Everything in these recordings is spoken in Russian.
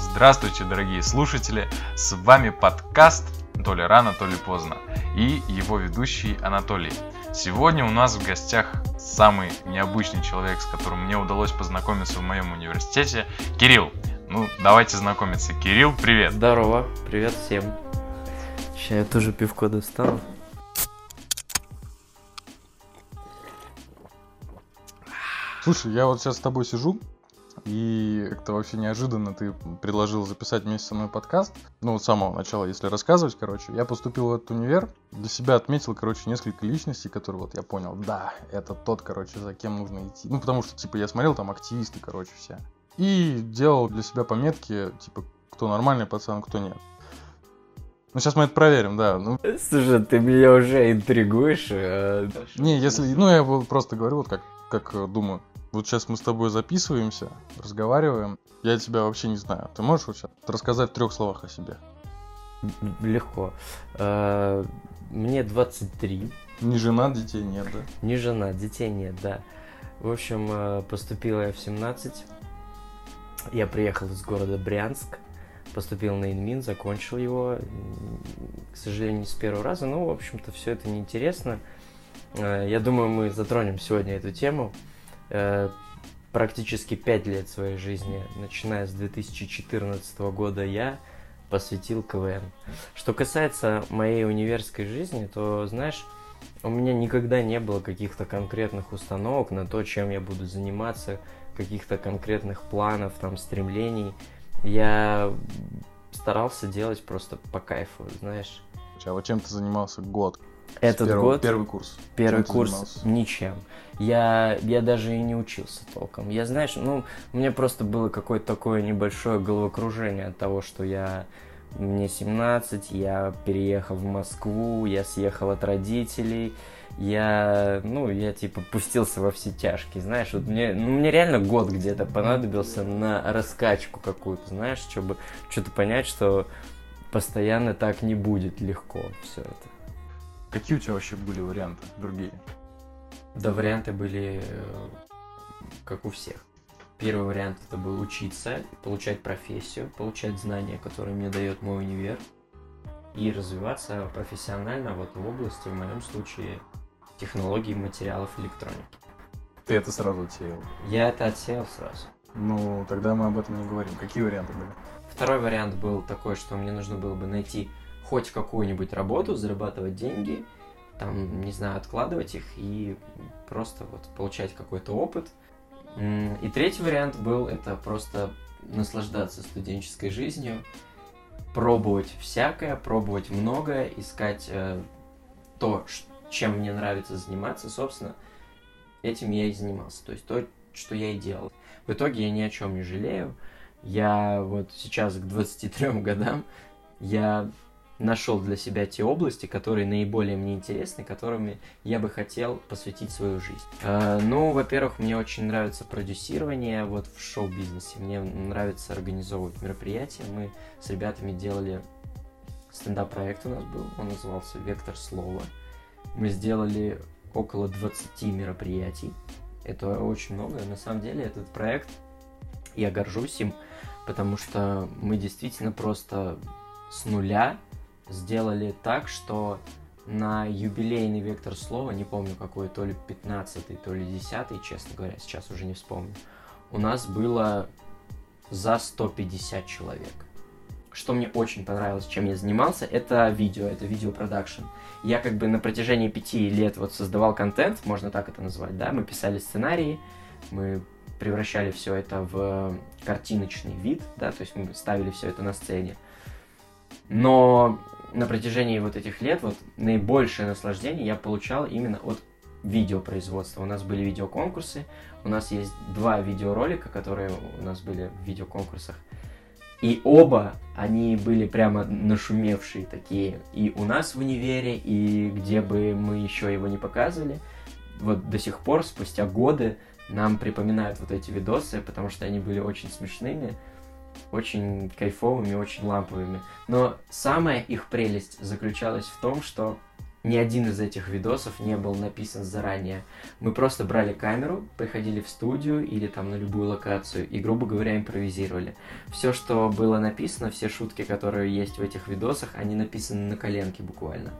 Здравствуйте, дорогие слушатели! С вами подкаст «То ли рано, то ли поздно» и его ведущий Анатолий. Сегодня у нас в гостях самый необычный человек, с которым мне удалось познакомиться в моем университете, Кирилл. Давайте знакомиться. Кирилл, привет! Здорово, привет всем. Сейчас я тоже пивко достану. Слушай, я вот сейчас с тобой сижу, и как-то вообще неожиданно ты предложил записать вместе со мной подкаст. С самого начала, если рассказывать, я поступил в этот универ, для себя отметил, несколько личностей, которые я понял, да, это тот, за кем нужно идти. Потому что, я смотрел там активисты, все. И делал для себя пометки, кто нормальный пацан, кто нет. Сейчас мы это проверим, да. Слушай, ты меня уже интригуешь. Не, если, я просто говорю, как думаю. Вот сейчас мы с тобой записываемся, разговариваем. Я тебя вообще не знаю. Ты можешь сейчас рассказать в 3 словах о себе? Легко. Мне 23. Не женат, детей нет, да? Не женат, детей нет, да. В общем, поступил я в 17. Я приехал из города Брянск. Поступил на ИНМИН, закончил его. К сожалению, не с первого раза, но, в общем-то, все это неинтересно. Я думаю, мы затронем сегодня эту тему. Практически 5 лет своей жизни, начиная с 2014 года, я посвятил КВН. Что касается моей универской жизни, то, знаешь, у меня никогда не было каких-то конкретных установок на то, чем я буду заниматься, каких-то конкретных планов, стремлений. Я старался делать просто по кайфу, знаешь. А вот чем ты занимался год? Год? Первый курс. Первый курс ничем. Я даже и не учился толком. Я, знаешь, у меня просто было какое-то такое небольшое головокружение от того, что мне 17, я переехал в Москву, я съехал от родителей, я пустился во все тяжкие, знаешь, мне реально год где-то понадобился на раскачку какую-то, знаешь, чтобы что-то понять, что постоянно так не будет легко все это. Какие у тебя вообще были варианты другие? Да, варианты были как у всех. Первый вариант это был учиться, получать профессию, получать знания, которые мне дает мой универ, и развиваться профессионально в области, в моем случае, технологий, материалов, электроники. Ты это сразу отсеял? Я это отсеял сразу. Тогда мы об этом не говорим. Какие варианты были? Второй вариант был такой, что мне нужно было бы найти хоть какую-нибудь работу, зарабатывать деньги, откладывать их и просто получать какой-то опыт. И третий вариант был это просто наслаждаться студенческой жизнью, пробовать всякое, пробовать многое, искать то, чем мне нравится заниматься, собственно, этим я и занимался, то есть то, что я и делал. В итоге я ни о чем не жалею. Я сейчас к 23 годам я нашел для себя те области, которые наиболее мне интересны, которыми я бы хотел посвятить свою жизнь. Во-первых, мне очень нравится продюсирование в шоу-бизнесе. Мне нравится организовывать мероприятия. Мы с ребятами делали стендап-проект у нас был, он назывался «Вектор слова». Мы сделали около 20 мероприятий. Это очень много. На самом деле этот проект, я горжусь им, потому что мы действительно просто с нуля сделали так, что на юбилейный «Вектор слова», не помню какой, то ли 15-й, то ли 10-й, честно говоря, сейчас уже не вспомню, у нас было за 150 человек. Что мне очень понравилось, чем я занимался, это видеопродакшн. Я на протяжении 5 лет создавал контент, можно так это назвать, да, мы писали сценарии, мы превращали все это в картиночный вид, да, то есть мы ставили все это на сцене. Но на протяжении этих лет наибольшее наслаждение я получал именно от видеопроизводства. У нас были видеоконкурсы, у нас есть 2 видеоролика, которые у нас были в видеоконкурсах. И оба они были прямо нашумевшие такие. И у нас в универе, и где бы мы еще его не показывали. До сих пор, спустя годы, нам припоминают эти видосы, потому что они были очень смешными, очень кайфовыми, очень ламповыми. Но самая их прелесть заключалась в том, что ни один из этих видосов не был написан заранее. Мы просто брали камеру, приходили в студию или там на любую локацию и, грубо говоря, импровизировали. Все, что было написано, все шутки, которые есть в этих видосах, они написаны на коленке буквально.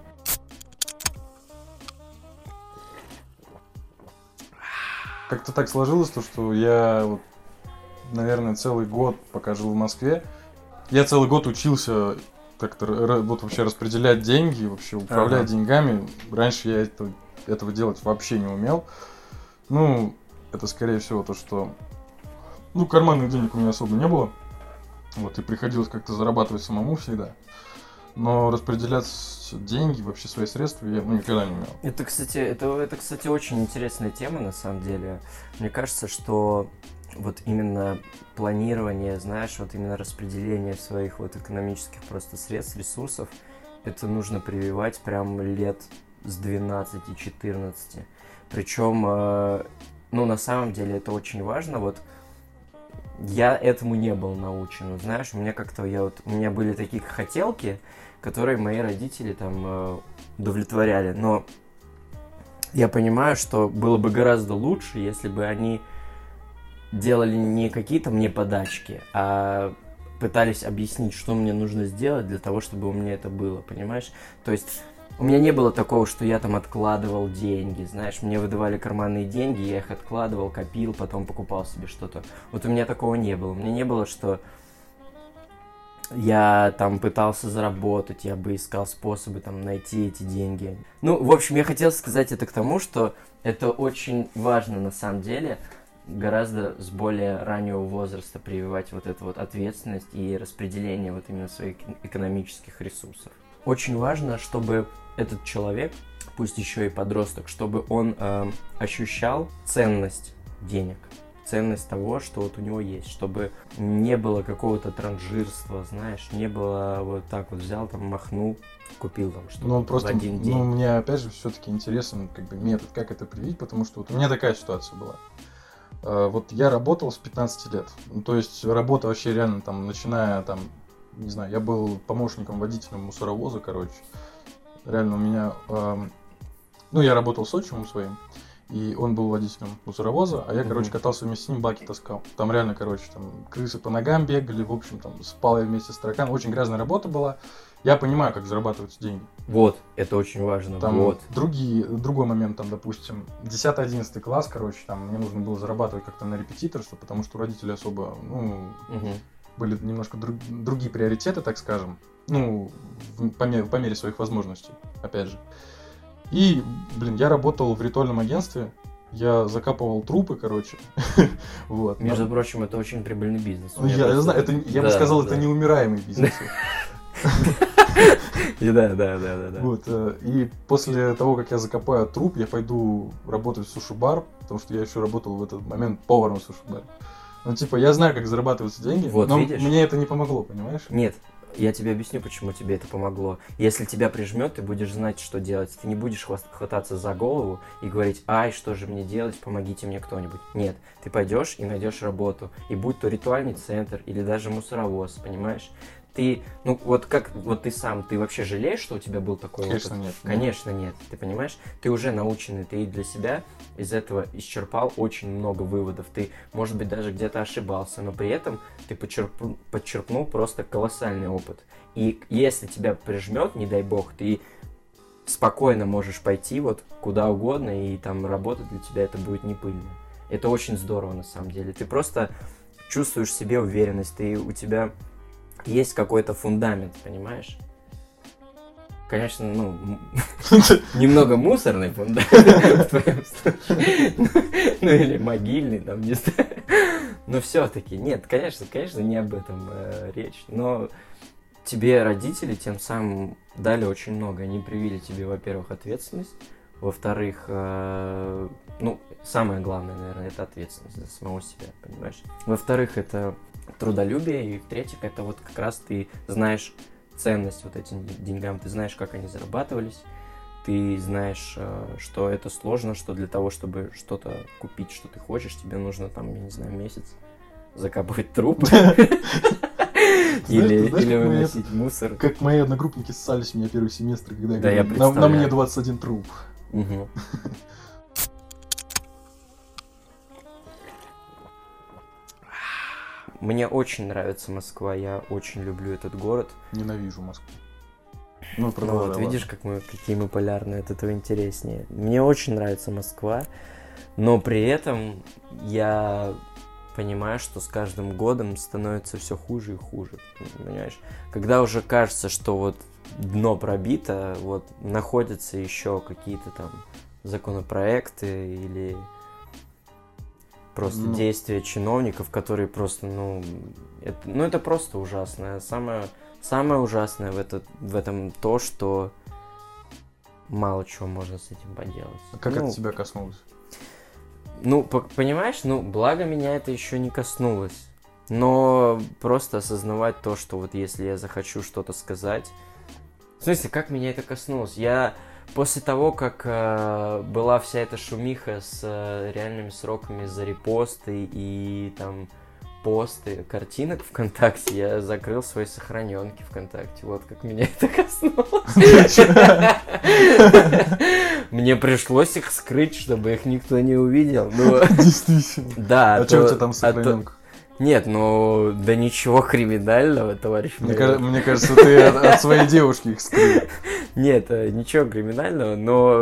Как-то так сложилось, то, что я, вот, наверное, целый год, пока жил в Москве, я целый год учился как-то вот вообще распределять деньги, вообще управлять деньгами. Раньше я этого делать вообще не умел. Ну, это скорее всего то, что... Ну, карманных денег у меня особо не было. Вот, и приходилось как-то зарабатывать самому всегда. Но распределять деньги, вообще свои средства я никогда не умел. Это, кстати, очень интересная тема, на самом деле. Мне кажется, что вот именно планирование, знаешь, вот именно распределение своих вот экономических просто средств, ресурсов, это нужно прививать прям лет с 12-14. Причем, ну, на самом деле это очень важно. Вот я этому не был научен. Вот, знаешь, у меня были такие хотелки, которые мои родители там удовлетворяли. Но я понимаю, что было бы гораздо лучше, если бы они делали не какие-то мне подачки, а пытались объяснить, что мне нужно сделать для того, чтобы у меня это было, понимаешь? То есть у меня не было такого, что я там откладывал деньги, знаешь, мне выдавали карманные деньги, я их откладывал, копил, потом покупал себе что-то. Вот у меня такого не было. У меня не было, что я там пытался заработать, я бы искал способы там найти эти деньги. Ну, в общем, я хотел сказать это к тому, что это очень важно на самом деле, гораздо с более раннего возраста прививать вот эту вот ответственность и распределение вот именно своих экономических ресурсов. Очень важно, чтобы этот человек, пусть еще и подросток, чтобы он ощущал ценность денег, ценность того, что вот у него есть, чтобы не было какого-то транжирства, знаешь, не было вот так вот взял, там, махнул, купил там что-то в один день. Ну, мне опять же все-таки интересен как бы метод, как это привить, потому что вот у меня такая ситуация была. Вот я работал с 15 лет, ну, то есть работа вообще реально там, начиная там, не знаю, я был помощником водителем мусоровоза, короче, реально у меня, ну, я работал с отчимом своим, и он был водителем мусоровоза, а я, короче, катался вместе с ним, баки таскал. Там реально, короче, там крысы по ногам бегали, в общем, там спал я вместе с тараканом, очень грязная работа была. Я понимаю, как зарабатываются деньги. Вот, это очень важно. Там вот. Другой момент, там, допустим, 10-11 класс, короче, там мне нужно было зарабатывать как-то на репетиторство, потому что у родителей особо, ну, были немножко другие приоритеты, так скажем, ну, по мере своих возможностей, опять же. И, блин, я работал в ритуальном агентстве, я закапывал трупы, короче, вот. Между прочим, это очень прибыльный бизнес. Ну, я знаю, я бы сказал, это неумираемый бизнес. Да. Вот, и после того, как я закопаю труп, я пойду работать в суши-бар, потому что я еще работал в этот момент поваром в суши-баре. Ну, типа, я знаю, как зарабатываются деньги, вот, но видишь? Мне это не помогло, понимаешь? Нет, я тебе объясню, почему тебе это помогло. Если тебя прижмет, ты будешь знать, что делать. Ты не будешь хвататься за голову и говорить: ай, что же мне делать, помогите мне кто-нибудь. Нет, ты пойдешь и найдешь работу. И будь то ритуальный центр или даже мусоровоз, понимаешь? Ты, ну вот как, вот ты сам, ты вообще жалеешь, что у тебя был такой Конечно, опыт? нет. Конечно, нет. Ты понимаешь? Ты уже наученный, ты для себя из этого исчерпал очень много выводов. Ты, может быть, даже где-то ошибался, но при этом ты подчерпнул просто колоссальный опыт. И если тебя прижмет, не дай бог, ты спокойно можешь пойти вот куда угодно, и там работать для тебя это будет не пыльно. Это очень здорово на самом деле. Ты просто чувствуешь в себе уверенность, у тебя есть какой-то фундамент, понимаешь? Конечно, ну, немного мусорный фундамент в твоем случае. Ну, или могильный, там, не знаю. Но все-таки, нет, конечно, не об этом речь. Но тебе родители тем самым дали очень много. Они привили тебе, во-первых, ответственность. Во-вторых, ну, самое главное, наверное, это ответственность за самого себя, понимаешь? Во-вторых, это трудолюбие, и в-третьих, это вот как раз ты знаешь ценность вот этим деньгам, ты знаешь, как они зарабатывались, ты знаешь, что это сложно, что для того, чтобы что-то купить, что ты хочешь, тебе нужно там, я не знаю, месяц закапывать трупы. Или как мы выносить мусор. Как мои одногруппники ссались меня первый семестр, когда я Да, я говорю, на представляю. мне 21 труп. Мгм. Мне очень нравится Москва, я очень люблю этот город. Ненавижу Москву. Ну, Ну продолжай, вот, ладно. видишь, какие мы полярные, от этого интереснее. Мне очень нравится Москва, но при этом я понимаю, что с каждым годом становится все хуже и хуже, понимаешь? Когда уже кажется, что вот дно пробито, вот находятся еще какие-то там законопроекты или просто Ну. действия чиновников, которые просто, это просто ужасно. Самое ужасное в этом то, что мало чего можно с этим поделать. А как это тебя коснулось? Понимаешь, благо меня это еще не коснулось. Но просто осознавать то, что вот если я захочу что-то сказать... В смысле, как меня это коснулось? Я после того, как была вся эта шумиха с реальными сроками за репосты и там посты картинок ВКонтакте, я закрыл свои сохраненки ВКонтакте. Вот как меня это коснулось. Мне пришлось их скрыть, чтобы их никто не увидел. Действительно. Да. А что у тебя там сохраненка? Нет, да ничего криминального, товарищ майор. Мне кажется, ты от своей девушки их скрыл. Нет, ничего криминального,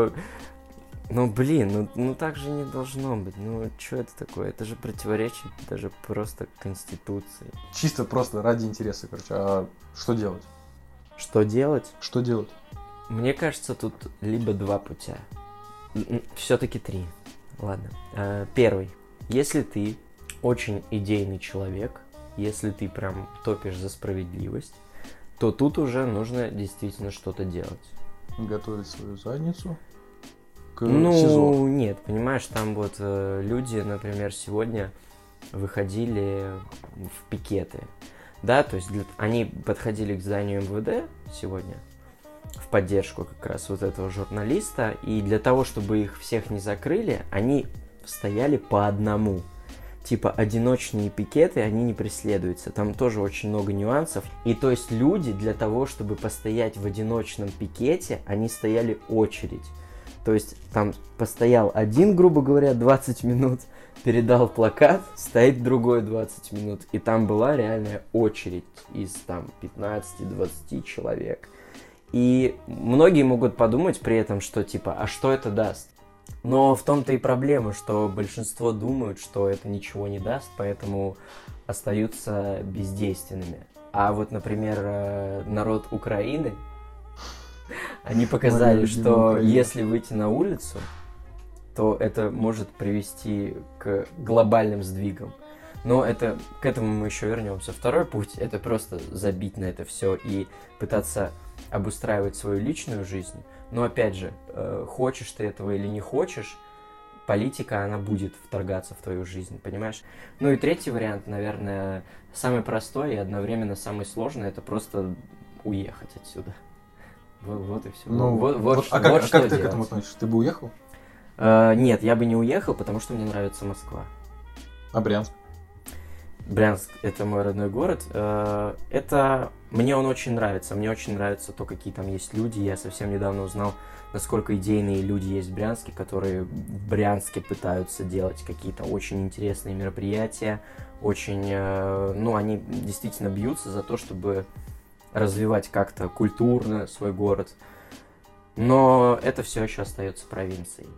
но блин, так же не должно быть. Что это такое? Это же противоречит даже просто Конституции. Чисто просто ради интереса, короче. А что делать? Что делать? Что делать? Мне кажется, тут либо два путя. Все-таки три. Ладно. Первый. Если ты очень идейный человек, если ты прям топишь за справедливость, то тут уже нужно действительно что-то делать. Готовить свою задницу к СИЗО. Нет, понимаешь, там вот люди, например, сегодня выходили в пикеты, да, то есть они подходили к зданию МВД сегодня в поддержку как раз вот этого журналиста, и для того, чтобы их всех не закрыли, они стояли по одному. Типа одиночные пикеты, они не преследуются. Там тоже очень много нюансов. И то есть люди для того, чтобы постоять в одиночном пикете, они стояли очередь. То есть там постоял один, грубо говоря, 20 минут, передал плакат, стоит другой 20 минут. И там была реальная очередь из там 15-20 человек. И многие могут подумать при этом, что типа, а что это даст? Но в том-то и проблема, что большинство думают, что это ничего не даст, поэтому остаются бездейственными. А вот, например, народ Украины, они показали, что если выйти на улицу, то это может привести к глобальным сдвигам. Но к этому мы еще вернемся. Второй путь – это просто забить на это все и пытаться обустраивать свою личную жизнь. Но опять же, хочешь ты этого или не хочешь, политика, она будет вторгаться в твою жизнь, понимаешь? Ну и третий вариант, наверное, самый простой и одновременно самый сложный – это просто уехать отсюда. Вот и все. Как ты к этому относишься? Ты бы уехал? Нет, я бы не уехал, потому что мне нравится Москва. А Брянск? Брянск – это мой родной город. Мне он очень нравится. Мне очень нравится то, какие там есть люди. Я совсем недавно узнал, насколько идейные люди есть в Брянске, которые в Брянске пытаются делать какие-то очень интересные мероприятия. Они действительно бьются за то, чтобы развивать как-то культурно свой город. Но это все еще остается провинцией.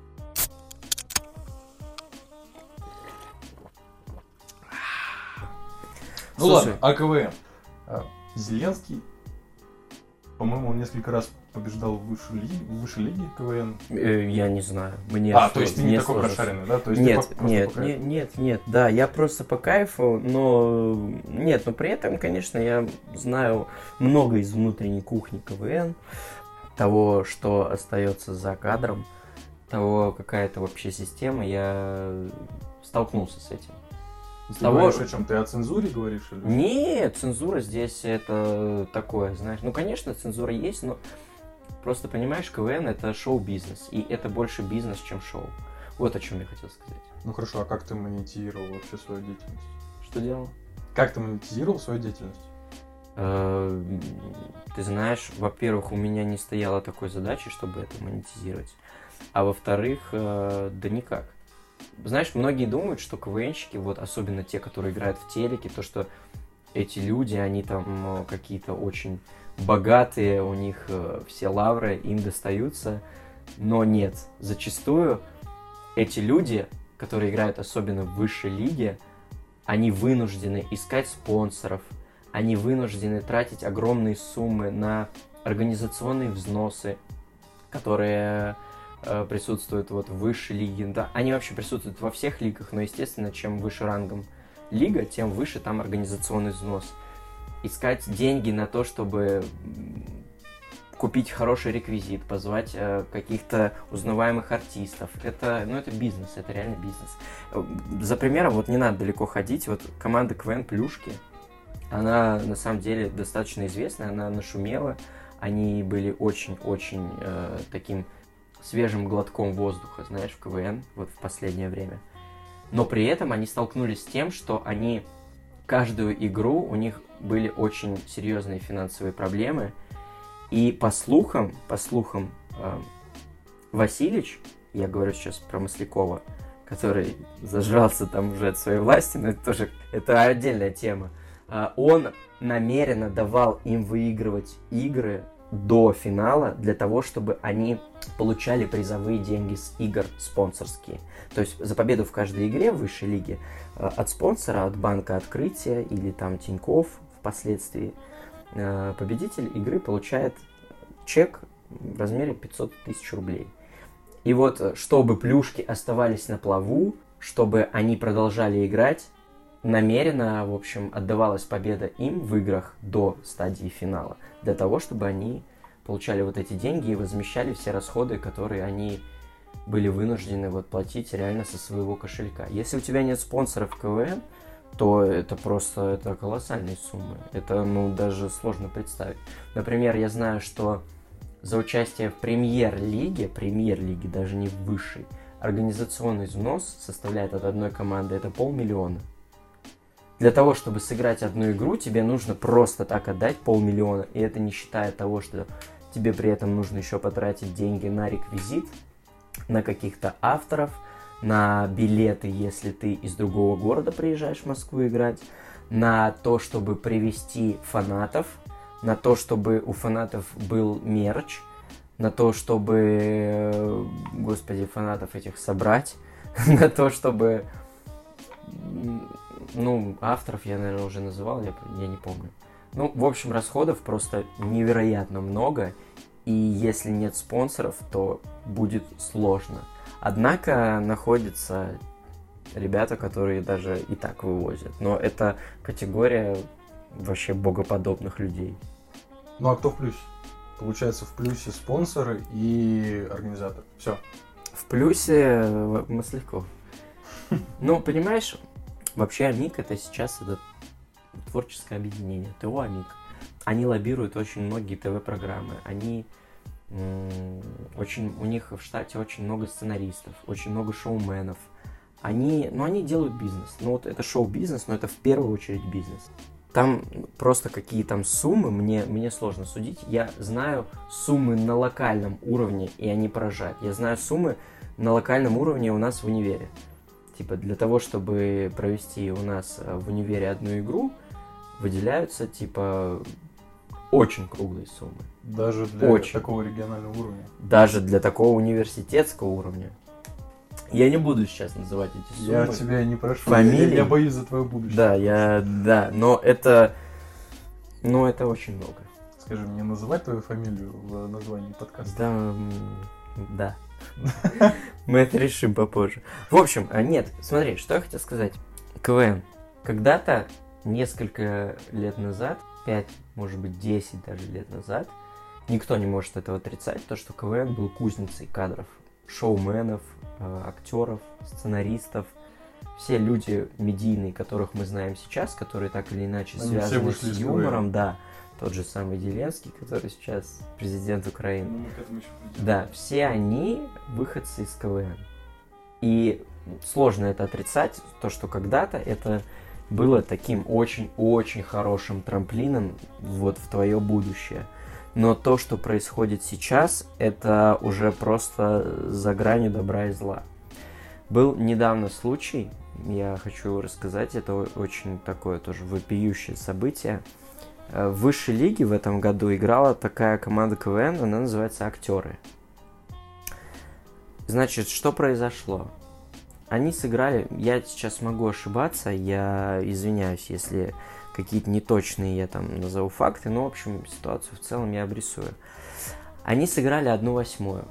Ну ладно, а КВН. Зеленский, по-моему, он несколько раз побеждал в высшей лиге КВН. Я не знаю. То есть ты не такой прошаренный, да? То есть Нет, да, я просто по кайфу, но при этом, конечно, я знаю много из внутренней кухни КВН, того, что остается за кадром, того, какая это вообще система, я столкнулся с этим. Ты говоришь о чем? Ты о цензуре говоришь? Или? Нет, цензура здесь это такое, знаешь. Конечно, цензура есть, но просто, понимаешь, КВН это шоу-бизнес, и это больше бизнес, чем шоу. Вот о чем я хотел сказать. Ну хорошо, а как ты монетизировал вообще свою деятельность? Что делал? Как ты монетизировал свою деятельность? Ты знаешь, во-первых, у меня не стояло такой задачи, чтобы это монетизировать. А во-вторых, да никак. Знаешь, многие думают, что КВНщики, вот особенно те, которые играют в телеке, то, что эти люди, они там какие-то очень богатые, у них все лавры им достаются. Но нет, зачастую эти люди, которые играют особенно в высшей лиге, они вынуждены искать спонсоров, они вынуждены тратить огромные суммы на организационные взносы, которые присутствуют вот в высшей лиге. Да, они вообще присутствуют во всех лигах, но, естественно, чем выше рангом лига, тем выше там организационный взнос. Искать деньги на то, чтобы купить хороший реквизит, позвать каких-то узнаваемых артистов. Это бизнес, это реально бизнес. За примером, вот не надо далеко ходить, вот команда КВН «Плюшки», она на самом деле достаточно известная, она нашумела, они были очень-очень таким свежим глотком воздуха, знаешь, в КВН вот в последнее время. Но при этом они столкнулись с тем, что они каждую игру, у них были очень серьезные финансовые проблемы. И по слухам, Василич, я говорю сейчас про Маслякова, который зажрался там уже от своей власти, но это отдельная тема, он намеренно давал им выигрывать игры до финала для того, чтобы они получали призовые деньги с игр спонсорские. То есть за победу в каждой игре в высшей лиге от спонсора, от банка Открытия или там Тинькофф впоследствии, победитель игры получает чек в размере 500 тысяч рублей. И вот, чтобы плюшки оставались на плаву, чтобы они продолжали играть, намеренно, в общем, отдавалась победа им в играх до стадии финала, для того, чтобы они получали вот эти деньги и возмещали все расходы, которые они были вынуждены вот платить реально со своего кошелька. Если у тебя нет спонсоров КВН, то это колоссальные суммы. Это, даже сложно представить. Например, я знаю, что за участие в премьер-лиге, даже не в высшей, организационный взнос составляет от одной команды это 500 000. Для того, чтобы сыграть одну игру, тебе нужно просто так отдать 500 000. И это не считая того, что тебе при этом нужно еще потратить деньги на реквизит, на каких-то авторов, на билеты, если ты из другого города приезжаешь в Москву играть, на то, чтобы привести фанатов, на то, чтобы у фанатов был мерч, на то, чтобы, фанатов этих собрать, на то, чтобы, авторов я, наверное, уже называл, я не помню. В общем, расходов просто невероятно много, и если нет спонсоров, то будет сложно. Однако находятся ребята, которые даже и так вывозят. Но это категория вообще богоподобных людей. Ну а кто в плюсе? Получается, в плюсе спонсоры и организатор. Все. В плюсе Масляков. Понимаешь, вообще АМИК это сейчас творческое объединение, ТО АМИК. Они лоббируют очень многие ТВ-программы. У них в штате очень много сценаристов, очень много шоуменов. Они делают бизнес. Это шоу-бизнес, но это в первую очередь бизнес. Там просто какие там суммы, мне сложно судить. Я знаю суммы на локальном уровне, и они поражают. Я знаю суммы на локальном уровне у нас в универе. Для того, чтобы провести у нас в универе одну игру, выделяются, очень круглые суммы. Даже для такого регионального уровня? Даже для такого университетского уровня. Я не буду сейчас называть эти суммы. Я тебя не прошу. Фамилии. Я боюсь за твое будущее. Но это очень много. Скажи, мне называть твою фамилию в названии подкаста? Да. Мы это решим попозже. В общем, нет, смотри, что я хотел сказать. КВН. Когда-то, несколько лет назад, 5, может быть, 10 даже лет назад, никто не может этого отрицать, то, что КВН был кузницей кадров, шоуменов, актеров, сценаристов. Все люди медийные, которых мы знаем сейчас, которые так или иначе связаны с юмором, да, тот же самый Зеленский, который сейчас президент Украины. Мы к этому еще придем. Да, все они выходцы из КВН. И сложно это отрицать, то, что когда-то это было таким очень-очень хорошим трамплином вот в твое будущее. Но то, что происходит сейчас, это уже просто за гранью добра и зла. Был недавно случай, я хочу рассказать, это очень такое тоже вопиющее событие. В высшей лиге в этом году играла такая команда КВН, она называется «Актеры». Значит, что произошло? Они сыграли, я сейчас могу ошибаться, я извиняюсь, если какие-то неточные я там назову факты, но, в общем, ситуацию в целом я обрисую. Они сыграли 1/8.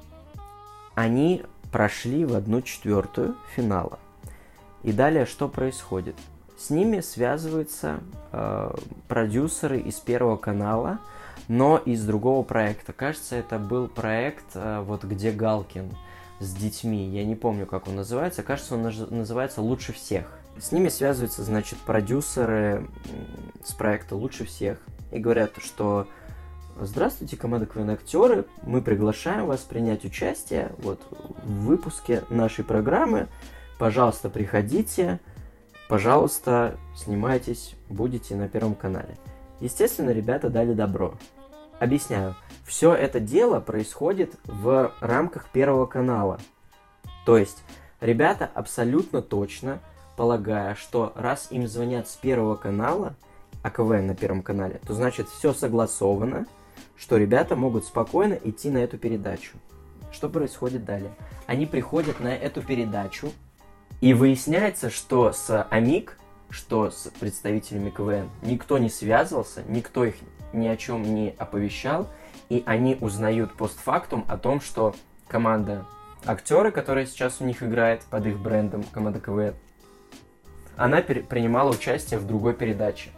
Они прошли в 1/4 финала. И далее что происходит? С ними связываются продюсеры из Первого канала, но из другого проекта. Кажется, это был проект, вот где Галкин с детьми. Я не помню, как он называется. Кажется, он называется «Лучше всех». С ними связываются, значит, продюсеры с проекта «Лучше всех». И говорят, что здравствуйте, команда КВН «Актеры». Мы приглашаем вас принять участие вот, в выпуске нашей программы. Пожалуйста, приходите. Пожалуйста, снимайтесь. Будете на Первом канале. Естественно, ребята дали добро. Объясняю. Все это дело происходит в рамках Первого канала. То есть, ребята абсолютно точно, полагая, что раз им звонят с Первого канала, а КВН на Первом канале, то значит все согласовано, что ребята могут спокойно идти на эту передачу. Что происходит далее? Они приходят на эту передачу, и выясняется, что с АМИК, что с представителями КВН никто не связывался, никто их ни о чем не оповещал, и они узнают постфактум о том, что команда «Актеры», которая сейчас у них играет под их брендом, команда КВН, она принимала участие в другой передаче.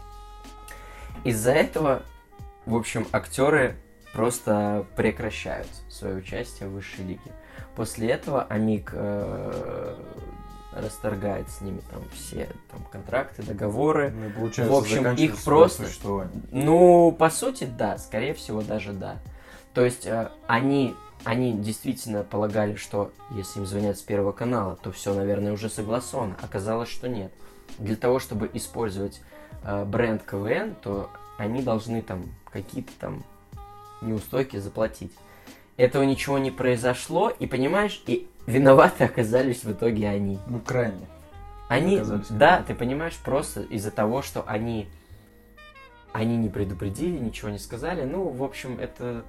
Из-за этого, в общем, «Актеры» просто прекращают свое участие в высшей лиге. После этого АМИК расторгает с ними там все там, контракты, договоры. Ну, получается, в общем, их просто... Ну, по сути, да, скорее всего, даже да. То есть они действительно полагали, что если им звонят с Первого канала, то все, наверное, уже согласовано. Оказалось, что нет. Для того, чтобы использовать бренд КВН, то они должны там какие-то там неустойки заплатить. Этого ничего не произошло, и понимаешь, и виноваты оказались в итоге они. Ну, крайне. Они, да, ты понимаешь, просто из-за того, что они не предупредили, ничего не сказали. Ну, в общем, это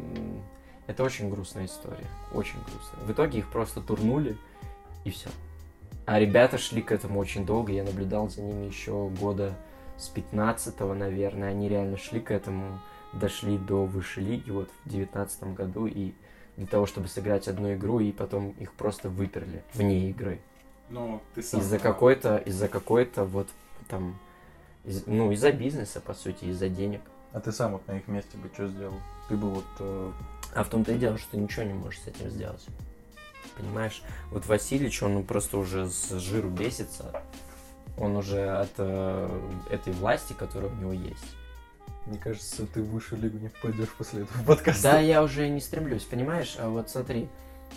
очень грустная история. Очень грустная. В итоге их просто турнули, и все. А ребята шли к этому очень долго. Я наблюдал за ними еще года с 15-го, наверное. Они реально шли к этому, дошли до высшей лиги вот в 19 году. И для того, чтобы сыграть одну игру, и потом их просто выперли вне игры. Ну, ты сам из-за какой-то вот там... из-за бизнеса, по сути, из-за денег. А ты сам вот на их месте бы что сделал? Ты бы вот... А в том-то и дело, что ты ничего не можешь с этим сделать. Понимаешь? Вот Васильевич, он просто уже с жиру бесится. Он уже от этой власти, которая у него есть. Мне кажется, ты в высшую лигу не впадешь после этого подкаста. Да, я уже не стремлюсь, понимаешь? А вот смотри,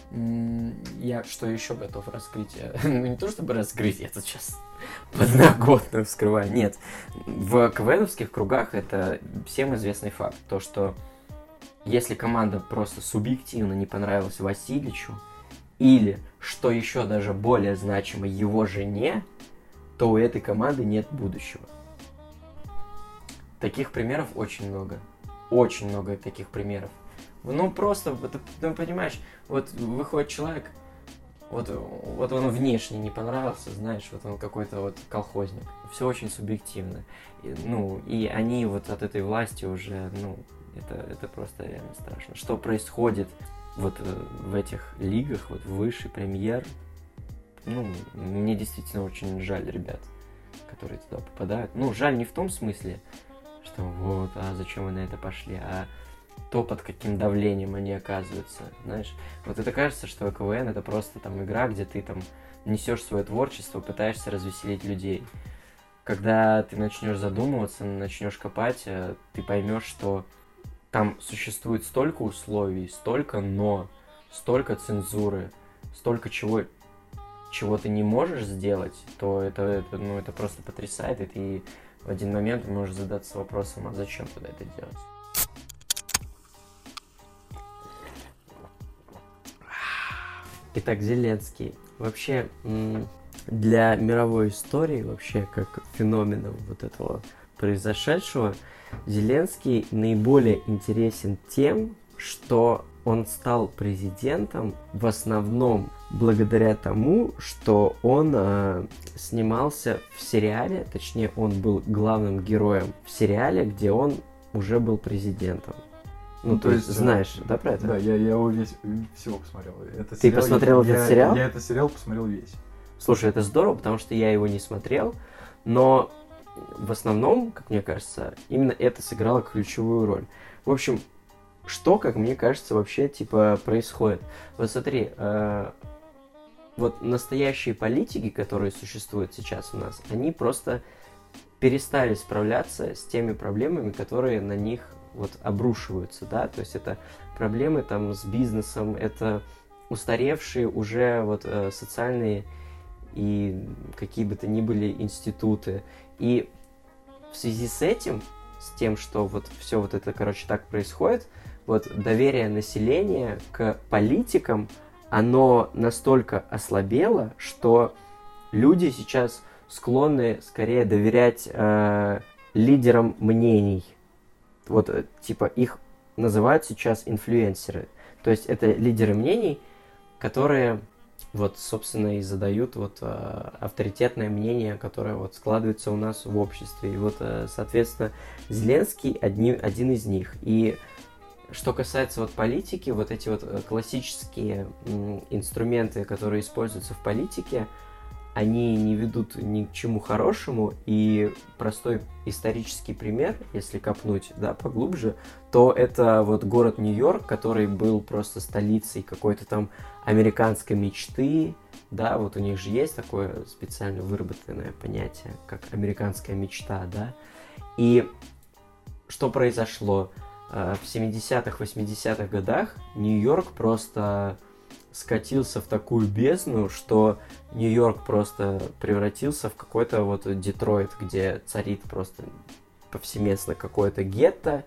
я что еще готов раскрыть? Ну, не то чтобы раскрыть, я тут сейчас подноготно вскрываю. Нет, в КВНовских кругах это всем известный факт. То, что если команда просто субъективно не понравилась Васильевичу, или, что еще даже более значимо, его жене, то у этой команды нет будущего. Таких примеров очень много. Очень много таких примеров. Ну, просто, ты понимаешь, вот выходит человек, вот он внешне не понравился, знаешь, вот он какой-то вот колхозник. Все очень субъективно. И они вот от этой власти уже, это просто реально страшно. Что происходит вот в этих лигах, вот высший, премьер, мне действительно очень жаль ребят, которые туда попадают. Жаль не в том смысле, что вот, а зачем вы на это пошли, а то, под каким давлением они оказываются, знаешь. Вот это кажется, что КВН это просто там игра, где ты там несешь свое творчество, пытаешься развеселить людей. Когда ты начнешь задумываться, начнешь копать, ты поймешь, что там существует столько условий, столько «но», столько цензуры, столько чего чего ты не можешь сделать, то это просто потрясает, и ты в один момент можешь задаться вопросом, а зачем тогда это делать? Итак, Зеленский. Вообще, для мировой истории, вообще, как феномена вот этого произошедшего, Зеленский наиболее интересен тем, что он стал президентом в основном благодаря тому, что он снимался в сериале, точнее, он был главным героем в сериале, где он уже был президентом. Ну, то есть, знаешь, да, про это? Да, я его всего посмотрел. Ты посмотрел этот сериал? Я этот сериал посмотрел весь. Слушай, это здорово, потому что я его не смотрел, но в основном, как мне кажется, именно это сыграло ключевую роль. В общем, что, как мне кажется, вообще, происходит? Вот смотри, вот настоящие политики, которые существуют сейчас у нас, они просто перестали справляться с теми проблемами, которые на них вот обрушиваются, да, то есть это проблемы там с бизнесом, это устаревшие уже вот социальные и какие бы то ни были институты. И в связи с этим, с тем, что вот все вот это, так происходит, вот доверие населения к политикам, оно настолько ослабело, что люди сейчас склонны скорее доверять лидерам мнений. Вот, их называют сейчас инфлюенсеры. То есть это лидеры мнений, которые вот, собственно, и задают вот авторитетное мнение, которое вот складывается у нас в обществе. И вот, соответственно, Зеленский один из них. И что касается вот политики, вот эти вот классические инструменты, которые используются в политике, они не ведут ни к чему хорошему, и простой исторический пример, если копнуть, да, поглубже, то это вот город Нью-Йорк, который был просто столицей какой-то там американской мечты, да, вот у них же есть такое специально выработанное понятие, как американская мечта, да, и что произошло? В 70-х, 80-х годах Нью-Йорк просто скатился в такую бездну, что Нью-Йорк просто превратился в какой-то вот Детройт, где царит просто повсеместно какое-то гетто.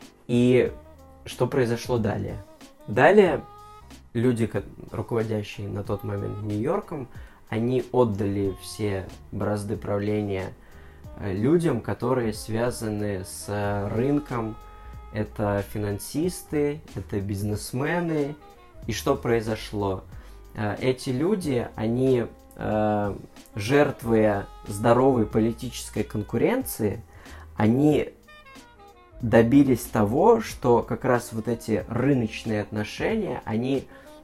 И что произошло далее? Далее люди, руководящие на тот момент Нью-Йорком, они отдали все бразды правления людям, которые связаны с рынком. Это финансисты, это бизнесмены. И что произошло? Эти люди, они, жертвуя здоровой политической конкуренции, они добились того, что как раз вот эти рыночные отношения, они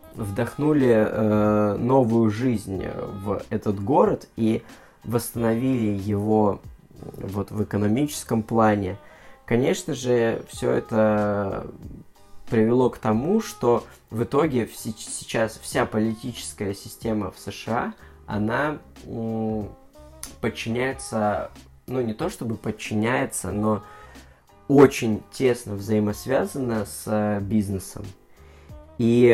вдохнули новую жизнь в этот город и восстановили его вот в экономическом плане. Конечно же, все это привело к тому, что в итоге сейчас вся политическая система в США, она подчиняется, ну не то чтобы подчиняется, но очень тесно взаимосвязана с бизнесом. И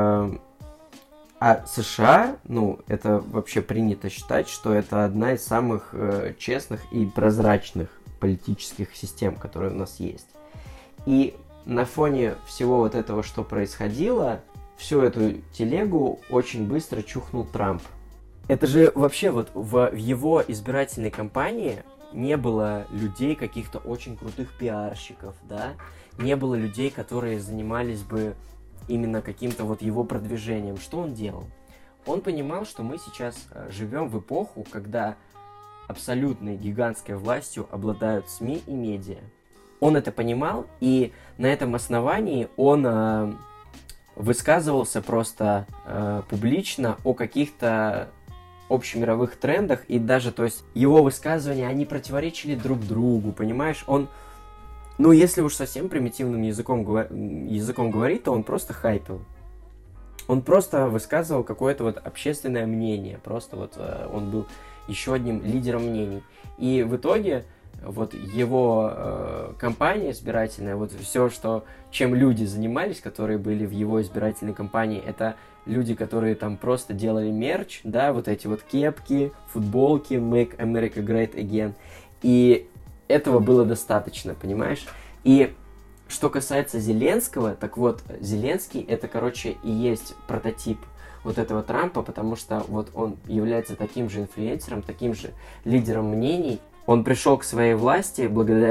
США, ну это вообще принято считать, что это одна из самых честных и прозрачных политических систем, которые у нас есть. И на фоне всего вот этого, что происходило, всю эту телегу очень быстро чухнул Трамп. Это же вообще вот в его избирательной кампании не было людей, каких-то очень крутых пиарщиков, да, не было людей, которые занимались бы именно каким-то вот его продвижением. Что он делал? Он понимал, что мы сейчас живем в эпоху, когда абсолютной гигантской властью обладают СМИ и медиа. Он это понимал, и на этом основании он высказывался просто публично о каких-то общемировых трендах, и даже, то есть, его высказывания, они противоречили друг другу, понимаешь? Он, ну, если уж совсем примитивным языком говорить, то он просто хайпил. Он просто высказывал какое-то вот общественное мнение, просто вот он был еще одним лидером мнений. И в итоге вот его кампания избирательная, вот все, чем люди занимались, которые были в его избирательной кампании, это люди, которые там просто делали мерч, да, вот эти вот кепки, футболки, Make America Great Again. И этого было достаточно, понимаешь? И что касается Зеленского, так вот, Зеленский это, короче, и есть прототип вот этого Трампа, потому что вот он является таким же инфлюенсером, таким же лидером мнений. Он пришел к своей власти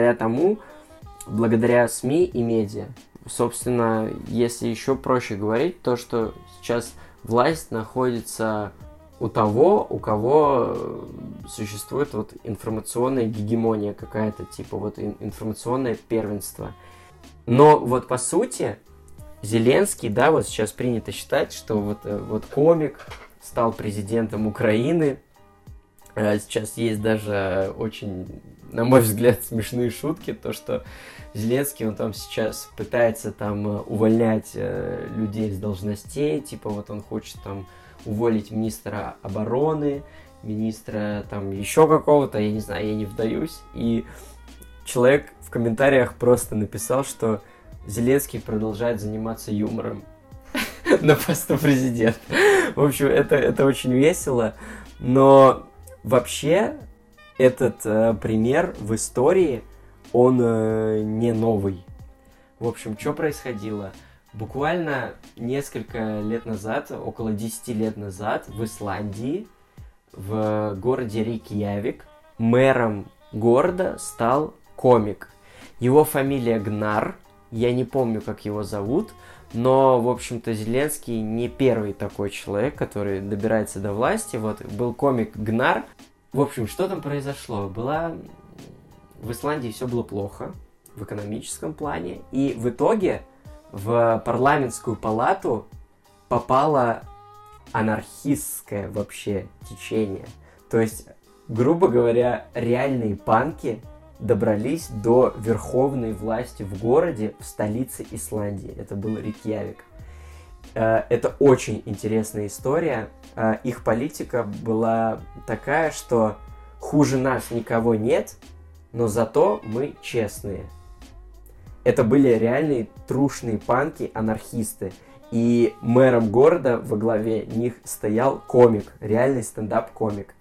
благодаря СМИ и медиа. Собственно, если еще проще говорить, то, что сейчас власть находится у того, у кого существует вот информационная гегемония какая-то, типа вот информационное первенство. Но вот по сути Зеленский, да, вот сейчас принято считать, что вот комик стал президентом Украины. Сейчас есть даже очень, на мой взгляд, смешные шутки, то, что Зеленский, он там сейчас пытается там увольнять людей с должностей, типа вот он хочет там уволить министра обороны, министра там еще какого-то, я не знаю, я не вдаюсь. И человек в комментариях просто написал, что Зеленский продолжает заниматься юмором на посту президента. В общем, это очень весело, но вообще этот пример в истории, он не новый. В общем, что происходило? Буквально несколько лет назад, около 10 лет назад, в Исландии, в городе Рейкьявик, мэром города стал комик. Его фамилия Гнар, я не помню, как его зовут, но, в общем-то, Зеленский не первый такой человек, который добирается до власти. Вот, был комик Гнар. В общем, что там произошло? В Исландии все было плохо в экономическом плане, и в итоге в парламентскую палату попало анархистское вообще течение. То есть, грубо говоря, реальные панки добрались до верховной власти в городе, в столице Исландии. Это был Рейкьявик. Это очень интересная история. Их политика была такая, что хуже нас никого нет, но зато мы честные. Это были реальные трушные панки, анархисты. И мэром города во главе них стоял комик, реальный стендап-комик.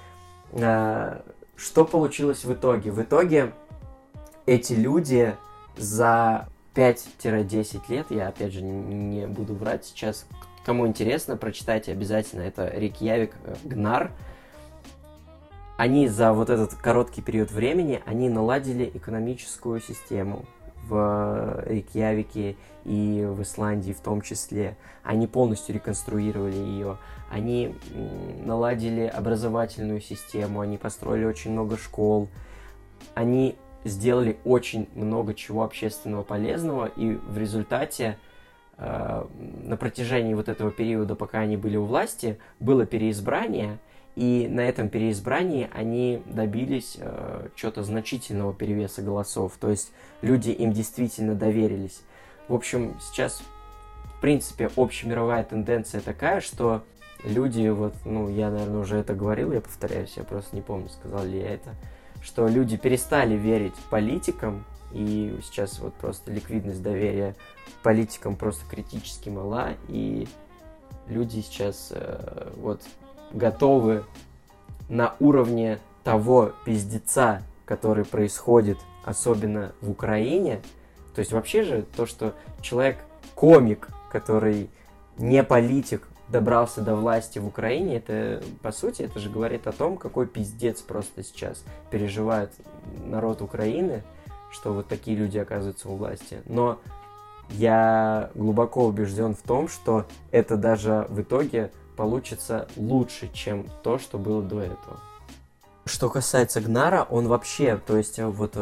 Что получилось в итоге? В итоге эти люди за 5-10 лет, я опять же не буду врать сейчас, кому интересно, прочитайте обязательно, это Рейкьявик Гнар. Они за вот этот короткий период времени, они наладили экономическую систему в Рейкьявике и в Исландии в том числе. Они полностью реконструировали ее. Они наладили образовательную систему, они построили очень много школ. Они сделали очень много чего общественного полезного, и в результате на протяжении вот этого периода, пока они были у власти, было переизбрание, и на этом переизбрании они добились чего-то значительного перевеса голосов. То есть люди им действительно доверились. В общем, сейчас, в принципе, общемировая тенденция такая, что люди, вот, я, наверное, уже это говорил, я повторяюсь, я просто не помню, сказал ли я это, что люди перестали верить политикам, и сейчас вот просто ликвидность доверия политикам просто критически мала, и люди сейчас вот готовы на уровне того пиздеца, который происходит, особенно в Украине. То есть вообще же то, что человек-комик, который не политик, добрался до власти в Украине, это, по сути, это же говорит о том, какой пиздец просто сейчас переживает народ Украины, что вот такие люди оказываются у власти. Но я глубоко убежден в том, что это даже в итоге получится лучше, чем то, что было до этого. Что касается Гнара, он вообще, то есть вот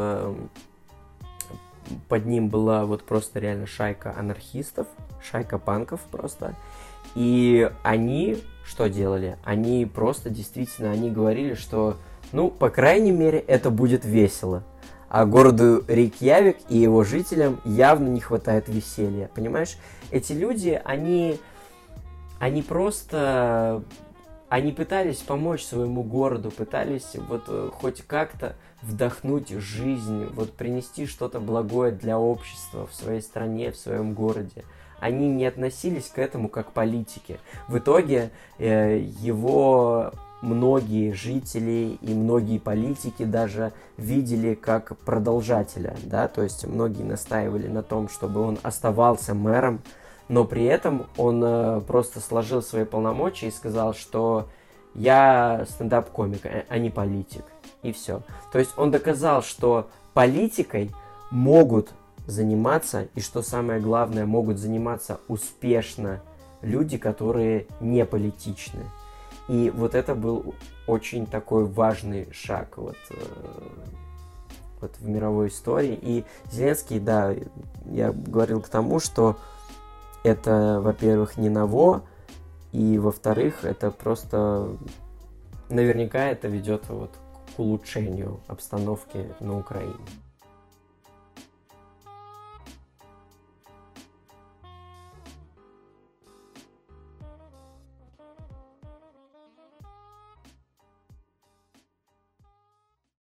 под ним была вот просто реально шайка анархистов, шайка панков просто. И они что делали? Они просто действительно, они говорили, что, по крайней мере, это будет весело. А городу Рейкьявик и его жителям явно не хватает веселья. Понимаешь? Эти люди, они пытались помочь своему городу, пытались вот хоть как-то вдохнуть жизнь, вот принести что-то благое для общества в своей стране, в своем городе. они не относились к этому как к политике. В итоге его многие жители и многие политики даже видели как продолжателя, да, то есть многие настаивали на том, чтобы он оставался мэром, но при этом он просто сложил свои полномочия и сказал, что я стендап-комик, а не политик, и все. То есть он доказал, что политикой могут заниматься, и что самое главное, могут заниматься успешно люди, которые не политичны. И вот это был очень такой важный шаг вот в мировой истории. И Зеленский, да, я говорил к тому, что это, во-первых, не ново, и, во-вторых, это просто наверняка это ведет вот к улучшению обстановки на Украине.